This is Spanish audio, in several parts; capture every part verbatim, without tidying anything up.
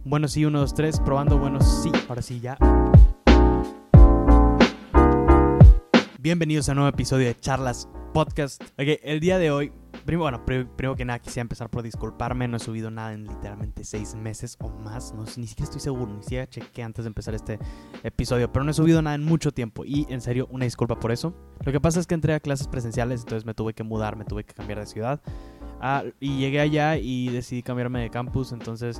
Bueno, sí, uno, dos, tres, probando, bueno, sí, ahora sí, ya. Bienvenidos a un nuevo episodio de Charlas Podcast. Ok, el día de hoy, primero, bueno, pr- primero que nada quisiera empezar por disculparme. No he subido nada en literalmente seis meses o más. No, ni siquiera estoy seguro, ni siquiera chequé antes de empezar este episodio. Pero no he subido nada en mucho tiempo y en serio, una disculpa por eso. Lo que pasa es que entré a clases presenciales, entonces me tuve que mudar, me tuve que cambiar de ciudad. Ah, y llegué allá y decidí cambiarme de campus, entonces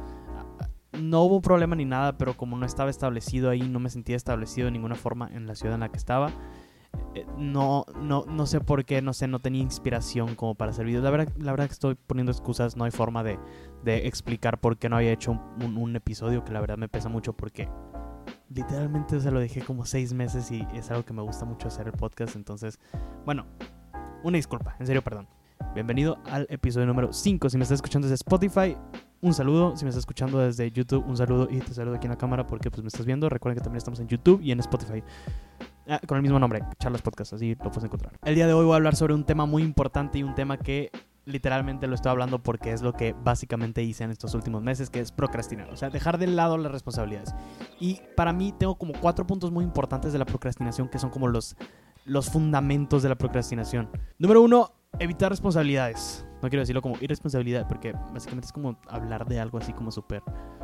no hubo problema ni nada, pero como no estaba establecido ahí, no me sentía establecido de ninguna forma en la ciudad en la que estaba. Eh, no, no, no sé por qué, no sé, no tenía inspiración como para hacer videos. La verdad, la verdad que estoy poniendo excusas, no hay forma de, de explicar por qué no había hecho un, un, un episodio, que la verdad me pesa mucho porque literalmente se lo dejé como seis meses y es algo que me gusta mucho hacer el podcast. Entonces, bueno, una disculpa, en serio, perdón. Bienvenido al episodio número cinco. Si me estás escuchando desde Spotify, un saludo. Si me estás escuchando desde YouTube, un saludo. Y te saludo aquí en la cámara porque pues me estás viendo. Recuerden que también estamos en YouTube y en Spotify. Ah, con el mismo nombre, Charlas Podcast, así lo puedes encontrar. El día de hoy voy a hablar sobre un tema muy importante y un tema que literalmente lo estoy hablando porque es lo que básicamente hice en estos últimos meses, que es procrastinar. O sea, dejar de lado las responsabilidades. Y para mí tengo como cuatro puntos muy importantes de la procrastinación que son como los, los fundamentos de la procrastinación. Número uno, evitar responsabilidades. No quiero decirlo como irresponsabilidad porque básicamente es como hablar de algo así como súper...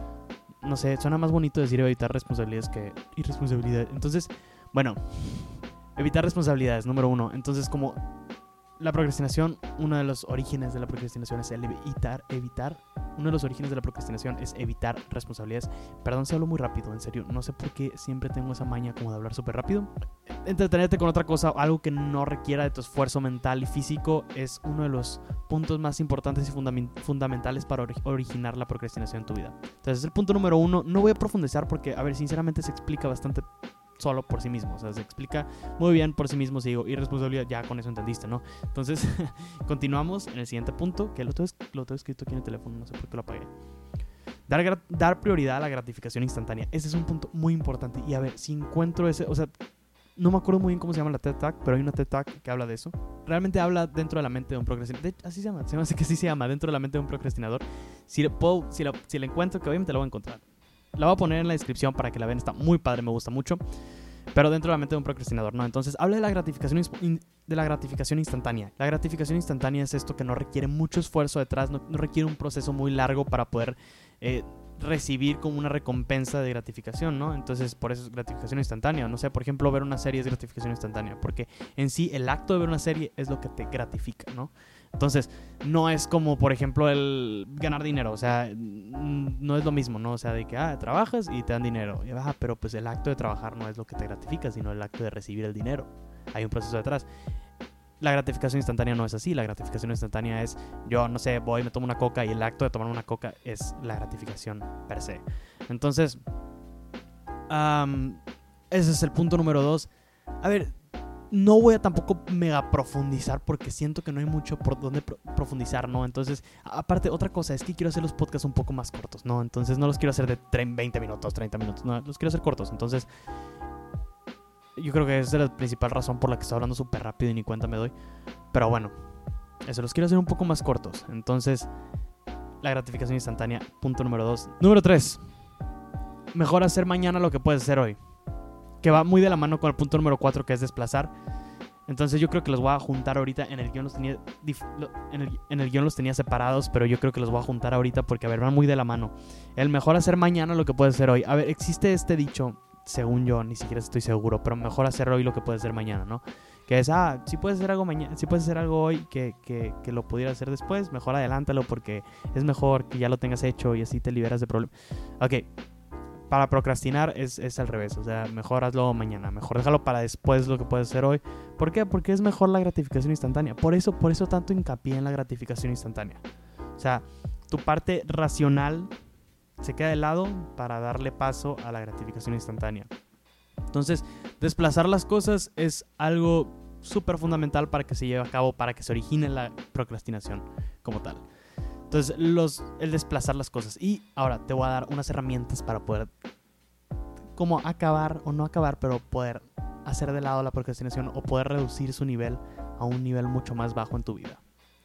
No sé, suena más bonito decir evitar responsabilidades que irresponsabilidad. Entonces, bueno, evitar responsabilidades, número uno. Entonces, como la procrastinación, uno de los orígenes de la procrastinación es el evitar, evitar. Uno de los orígenes de la procrastinación es evitar responsabilidades. Perdón si hablo muy rápido, en serio. No sé por qué siempre tengo esa maña como de hablar súper rápido. Entretenerte con otra cosa, algo que no requiera de tu esfuerzo mental y físico, es uno de los puntos más importantes y fundament- fundamentales para ori- originar la procrastinación en tu vida. Entonces, es el punto número uno. No voy a profundizar porque, a ver, sinceramente se explica bastante solo por sí mismo, o sea, se explica muy bien por sí mismo. Si digo irresponsabilidad, ya con eso entendiste, ¿no? Entonces, continuamos en el siguiente punto, que lo tengo, lo tengo escrito aquí en el teléfono, no sé por qué lo apagué. Dar, gra- dar prioridad a la gratificación instantánea. Ese es un punto muy importante. Y a ver, si encuentro ese, o sea, no me acuerdo muy bien cómo se llama la TED Talk, pero hay una TED Talk que habla de eso. Realmente habla dentro de la mente de un procrastinador. De, así se llama, se llama, así que así se llama, dentro de la mente de un procrastinador. Si, puedo, si, la, si la encuentro, que obviamente la voy a encontrar, la voy a poner en la descripción para que la vean. Está muy padre, me gusta mucho. Pero dentro de la mente de un procrastinador, ¿no? Entonces, habla de la gratificación de la gratificación instantánea. La gratificación instantánea es esto que no requiere mucho esfuerzo detrás, no, no requiere un proceso muy largo para poder eh, recibir como una recompensa de gratificación, ¿no? Entonces, por eso es gratificación instantánea. No sé, por ejemplo, ver una serie es gratificación instantánea, porque en sí el acto de ver una serie es lo que te gratifica, ¿no? Entonces, no es como, por ejemplo, el ganar dinero. O sea, no es lo mismo, ¿no? O sea, de que, ah, trabajas y te dan dinero. Y, ah, pero pues el acto de trabajar no es lo que te gratifica, sino el acto de recibir el dinero. Hay un proceso detrás. La gratificación instantánea no es así. La gratificación instantánea es, yo, no sé, voy, me tomo una coca y el acto de tomar una coca es la gratificación per se. Entonces, um, ese es el punto número dos. A ver... No voy a tampoco mega profundizar porque siento que no hay mucho por donde pro- profundizar, ¿no? Entonces, aparte, otra cosa es que quiero hacer los podcasts un poco más cortos, ¿no? Entonces, no los quiero hacer de veinte minutos, treinta minutos, no, los quiero hacer cortos. Entonces, yo creo que esa es la principal razón por la que estoy hablando súper rápido y ni cuenta me doy. Pero bueno, eso, los quiero hacer un poco más cortos. Entonces, la gratificación instantánea, punto número dos. Número tres, mejor hacer mañana lo que puedes hacer hoy, que va muy de la mano con el punto número cuatro, que es desplazar. Entonces yo creo que los voy a juntar ahorita. En el guión los tenía en el, en el guión los tenía separados, pero yo creo que los voy a juntar ahorita porque, a ver, van muy de la mano. El mejor hacer mañana lo que puedes hacer hoy. A ver, existe este dicho, según yo, ni siquiera estoy seguro, pero mejor hacer hoy lo que puedes hacer mañana, ¿no? Que es, ah, si puedes hacer algo mañana, si puedes hacer algo hoy que, que, que lo pudieras hacer después, mejor adelántalo porque es mejor que ya lo tengas hecho y así te liberas de problemas. Ok. Para procrastinar es, es al revés, o sea, mejor hazlo mañana, mejor déjalo para después lo que puedes hacer hoy. ¿Por qué? Porque es mejor la gratificación instantánea. Por eso, por eso tanto hincapié en la gratificación instantánea. O sea, tu parte racional se queda de lado para darle paso a la gratificación instantánea. Entonces, desplazar las cosas es algo súper fundamental para que se lleve a cabo, para que se origine la procrastinación como tal. Entonces, los, el desplazar las cosas. Y ahora te voy a dar unas herramientas para poder como acabar, o no acabar, pero poder hacer de lado la procrastinación o poder reducir su nivel a un nivel mucho más bajo en tu vida.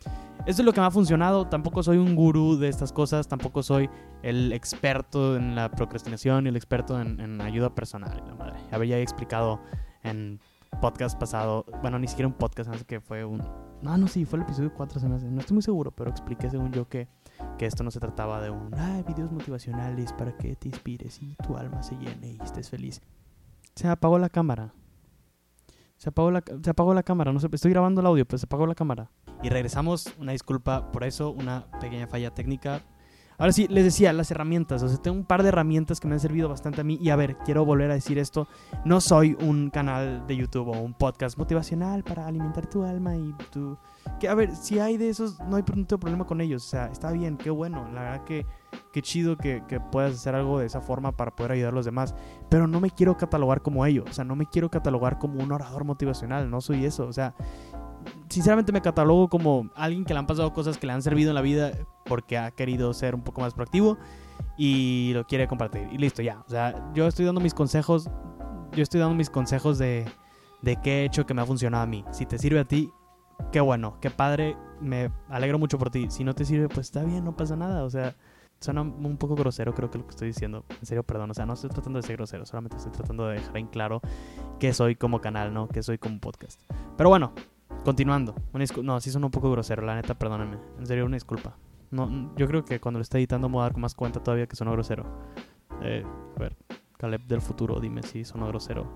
Esto es lo que me ha funcionado. Tampoco soy un gurú de estas cosas. Tampoco soy el experto en la procrastinación y el experto en, en ayuda personal. La madre. A ver, ya he explicado en podcast pasado. Bueno, ni siquiera un podcast, no sé que fue un... No, no, sí, fue el episodio cuatro, se me hace. No estoy muy seguro, pero expliqué según yo que, que esto no se trataba de un... Ah, videos motivacionales para que te inspires y tu alma se llene y estés feliz. Se apagó la cámara. Se apagó la, se apagó la cámara. No sé, estoy grabando el audio, pero se apagó la cámara. Y regresamos. Una disculpa por eso, una pequeña falla técnica. Ahora sí, les decía, las herramientas. O sea, tengo un par de herramientas que me han servido bastante a mí. Y a ver, quiero volver a decir esto. No soy un canal de YouTube o un podcast motivacional para alimentar tu alma y tu... Que a ver, si hay de esos, no hay no tengo problema con ellos. O sea, está bien, qué bueno. La verdad que qué chido que, que puedas hacer algo de esa forma para poder ayudar a los demás. Pero no me quiero catalogar como ellos. O sea, no me quiero catalogar como un orador motivacional. No soy eso. O sea... Sinceramente me catalogo como alguien que le han pasado cosas que le han servido en la vida porque ha querido ser un poco más proactivo y lo quiere compartir. Y listo, ya. O sea, yo estoy dando mis consejos. Yo estoy dando mis consejos de, de qué he hecho que me ha funcionado a mí. Si te sirve a ti, qué bueno, qué padre. Me alegro mucho por ti. Si no te sirve, pues está bien, no pasa nada. O sea, suena un poco grosero, creo que lo que estoy diciendo. En serio, perdón. O sea, no estoy tratando de ser grosero. Solamente estoy tratando de dejar en claro qué soy como canal, ¿no? Qué soy como podcast. Pero bueno, continuando. Una discul- no, sí suena un poco grosero, la neta, perdónenme. En serio, una disculpa. No, yo creo que cuando lo esté editando me voy a dar con más cuenta todavía que sonó grosero. Eh, a ver, Caleb del futuro, dime si sonó grosero.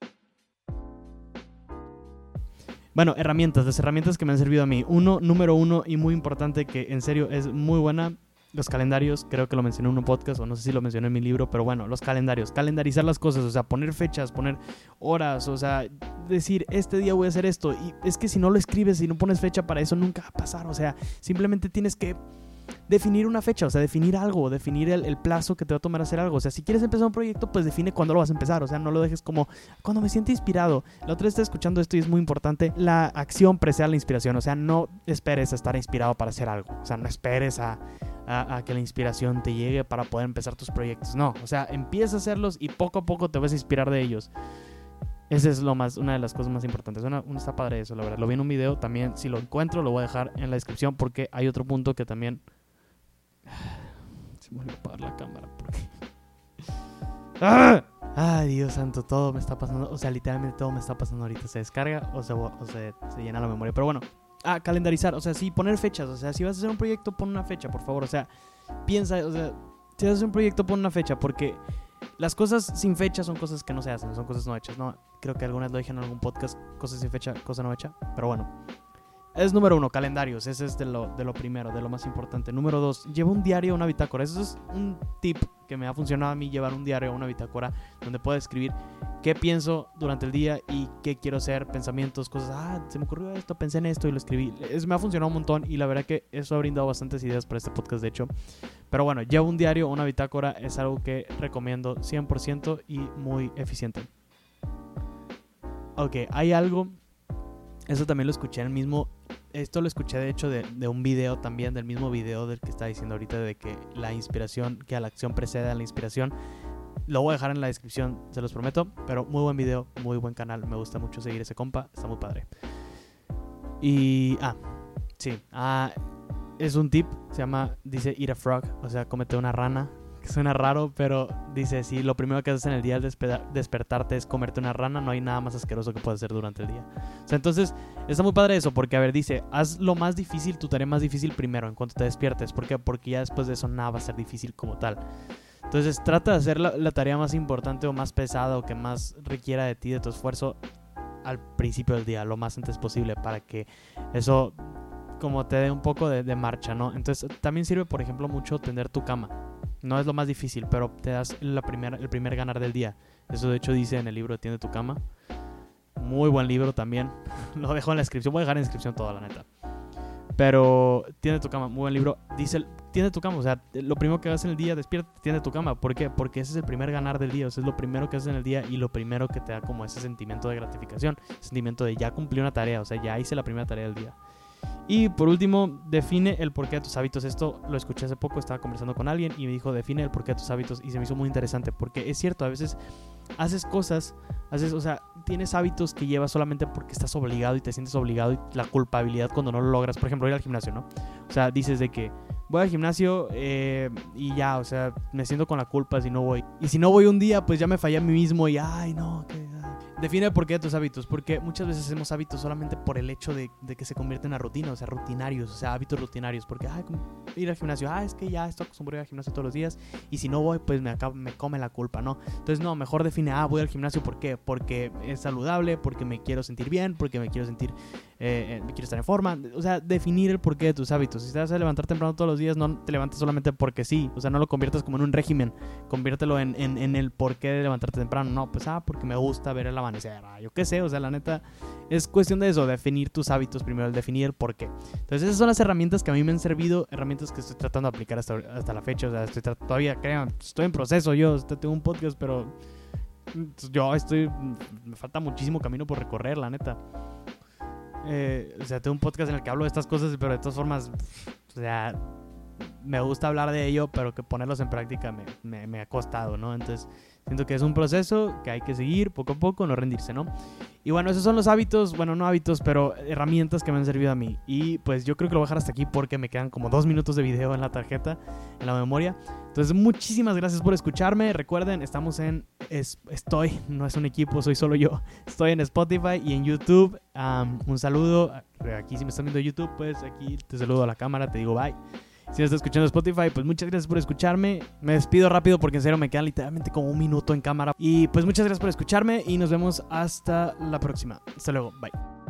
Bueno, herramientas, las herramientas que me han servido a mí. Uno, número uno y muy importante, que en serio es muy buena. Los calendarios, creo que lo mencioné en un podcast o no sé si lo mencioné en mi libro, pero bueno, los calendarios, calendarizar las cosas, o sea, poner fechas, poner horas, o sea, decir, este día voy a hacer esto. Y es que si no lo escribes y no pones fecha para eso, nunca va a pasar. O sea, simplemente tienes que definir una fecha, o sea, definir algo, definir el, el plazo que te va a tomar hacer algo. O sea, si quieres empezar un proyecto, pues define cuándo lo vas a empezar. O sea, no lo dejes como cuando me siento inspirado. La otra vez estaba escuchando esto y es muy importante. La acción precede a la inspiración. O sea, no esperes a estar inspirado para hacer algo. O sea, no esperes a, a, a que la inspiración te llegue para poder empezar tus proyectos. No, o sea, empieza a hacerlos y poco a poco te vas a inspirar de ellos. Esa es lo más, una de las cosas más importantes. Una, una está padre eso, la verdad. Lo vi en un video también. Si lo encuentro, lo voy a dejar en la descripción porque hay otro punto que también... Se me olvidó apagar la cámara porque... ¡Ah! ¡Ay, Dios santo! Todo me está pasando. O sea, literalmente todo me está pasando ahorita. Se descarga o se, o se, se llena la memoria. Pero bueno. Ah, calendarizar. O sea, sí, poner fechas. O sea, si vas a hacer un proyecto, pon una fecha, por favor. O sea, piensa, o sea, si vas a hacer un proyecto, pon una fecha. Porque las cosas sin fecha son cosas que no se hacen. Son cosas no hechas. No, creo que algunas lo dije en algún podcast. Cosas sin fecha, cosa no hecha. Pero bueno. Es número uno, calendarios. Ese es de lo, de lo primero, de lo más importante. Número dos, lleva un diario o una bitácora. Eso es un tip que me ha funcionado a mí, llevar un diario o una bitácora donde pueda escribir qué pienso durante el día y qué quiero hacer, pensamientos, cosas. Ah, se me ocurrió esto, pensé en esto y lo escribí. Eso me ha funcionado un montón y la verdad que eso ha brindado bastantes ideas para este podcast, de hecho. Pero bueno, lleva un diario o una bitácora. Es algo que recomiendo cien por ciento y muy eficiente. Ok, hay algo... Eso también lo escuché en el mismo... Esto lo escuché de hecho de, de un video también, del mismo video del que está diciendo ahorita, de que la inspiración, que a la acción precede a la inspiración. Lo voy a dejar en la descripción, se los prometo. Pero muy buen video, muy buen canal. Me gusta mucho seguir ese compa, está muy padre. Y... Ah, sí. Ah, es un tip, se llama... Dice eat a frog, o sea, cómete una rana. Que suena raro, pero dice, si lo primero que haces en el día al despe- despertarte es comerte una rana, no hay nada más asqueroso que puedas hacer durante el día. O sea, entonces, está muy padre eso, porque, a ver, dice, haz lo más difícil, tu tarea más difícil primero, en cuanto te despiertes. ¿Por qué? Porque ya después de eso nada va a ser difícil como tal. Entonces, trata de hacer la, la tarea más importante o más pesada o que más requiera de ti, de tu esfuerzo, al principio del día, lo más antes posible, para que eso como te dé un poco de, de marcha, ¿no? Entonces, también sirve, por ejemplo, mucho tender tu cama. No es lo más difícil, pero te das la primera, el primer ganar del día. Eso de hecho dice en el libro Tiende tu cama. Muy buen libro también. Lo dejo en la descripción. Voy a dejar en la descripción toda, la neta. Pero Tiende tu cama, muy buen libro. Dice, tiende tu cama. O sea, lo primero que hagas en el día, despierta, tiende tu cama. ¿Por qué? Porque ese es el primer ganar del día. O sea, es lo primero que haces en el día y lo primero que te da como ese sentimiento de gratificación. Sentimiento de ya cumplí una tarea. O sea, ya hice la primera tarea del día. Y por último, define el porqué de tus hábitos. Esto lo escuché hace poco, estaba conversando con alguien y me dijo, define el porqué de tus hábitos. Y se me hizo muy interesante porque es cierto, a veces haces cosas, haces, o sea, tienes hábitos que llevas solamente porque estás obligado y te sientes obligado, y la culpabilidad cuando no lo logras, por ejemplo, ir al gimnasio, ¿no? O sea, dices de que voy al gimnasio eh, y ya, o sea, me siento con la culpa si no voy. Y si no voy un día, pues ya me fallé a mí mismo y ay, no, que... Define el porqué de tus hábitos, porque muchas veces hacemos hábitos solamente por el hecho de, de que se convierten en una rutina, o sea, rutinarios, o sea, hábitos rutinarios, porque, ay, ir al gimnasio, ah, es que ya estoy acostumbrado a ir al gimnasio todos los días, y si no voy, pues me, acaba, me come la culpa, ¿no? Entonces, no, mejor define, ah, voy al gimnasio, ¿por qué? Porque es saludable, porque me quiero sentir bien, porque me quiero sentir, eh, me quiero estar en forma, o sea, definir el porqué de tus hábitos. Si te vas a levantar temprano todos los días, no te levantes solamente porque sí, o sea, no lo conviertas como en un régimen, conviértelo en, en, en el porqué de levantarte temprano, no, pues, ah, porque me gusta ver el amanecer, ah, yo qué sé, o sea, la neta, es cuestión de eso, definir tus hábitos primero, el definir el por qué. Entonces, esas son las herramientas que a mí me han servido, herramientas que estoy tratando de aplicar hasta, hasta la fecha, o sea, estoy tra- todavía, créanme, estoy en proceso, yo tengo un podcast, pero yo estoy, me falta muchísimo camino por recorrer, la neta. Eh, o sea, tengo un podcast en el que hablo de estas cosas, pero de todas formas, o sea, me gusta hablar de ello, pero que ponerlos en práctica me, me, me ha costado, ¿no? Entonces, siento que es un proceso que hay que seguir poco a poco, no rendirse, ¿no? Y bueno, esos son los hábitos, bueno, no hábitos, pero herramientas que me han servido a mí. Y pues yo creo que lo voy a dejar hasta aquí porque me quedan como dos minutos de video en la tarjeta, en la memoria. Entonces, muchísimas gracias por escucharme. Recuerden, estamos en... Es, estoy, no es un equipo, soy solo yo. Estoy en Spotify y en YouTube. Um, un saludo. Aquí si me están viendo en YouTube, pues aquí te saludo a la cámara, te digo bye. Si me estás escuchando Spotify, pues muchas gracias por escucharme. Me despido rápido porque en serio me queda literalmente como un minuto en cámara. Y pues muchas gracias por escucharme y nos vemos hasta la próxima. Hasta luego, bye.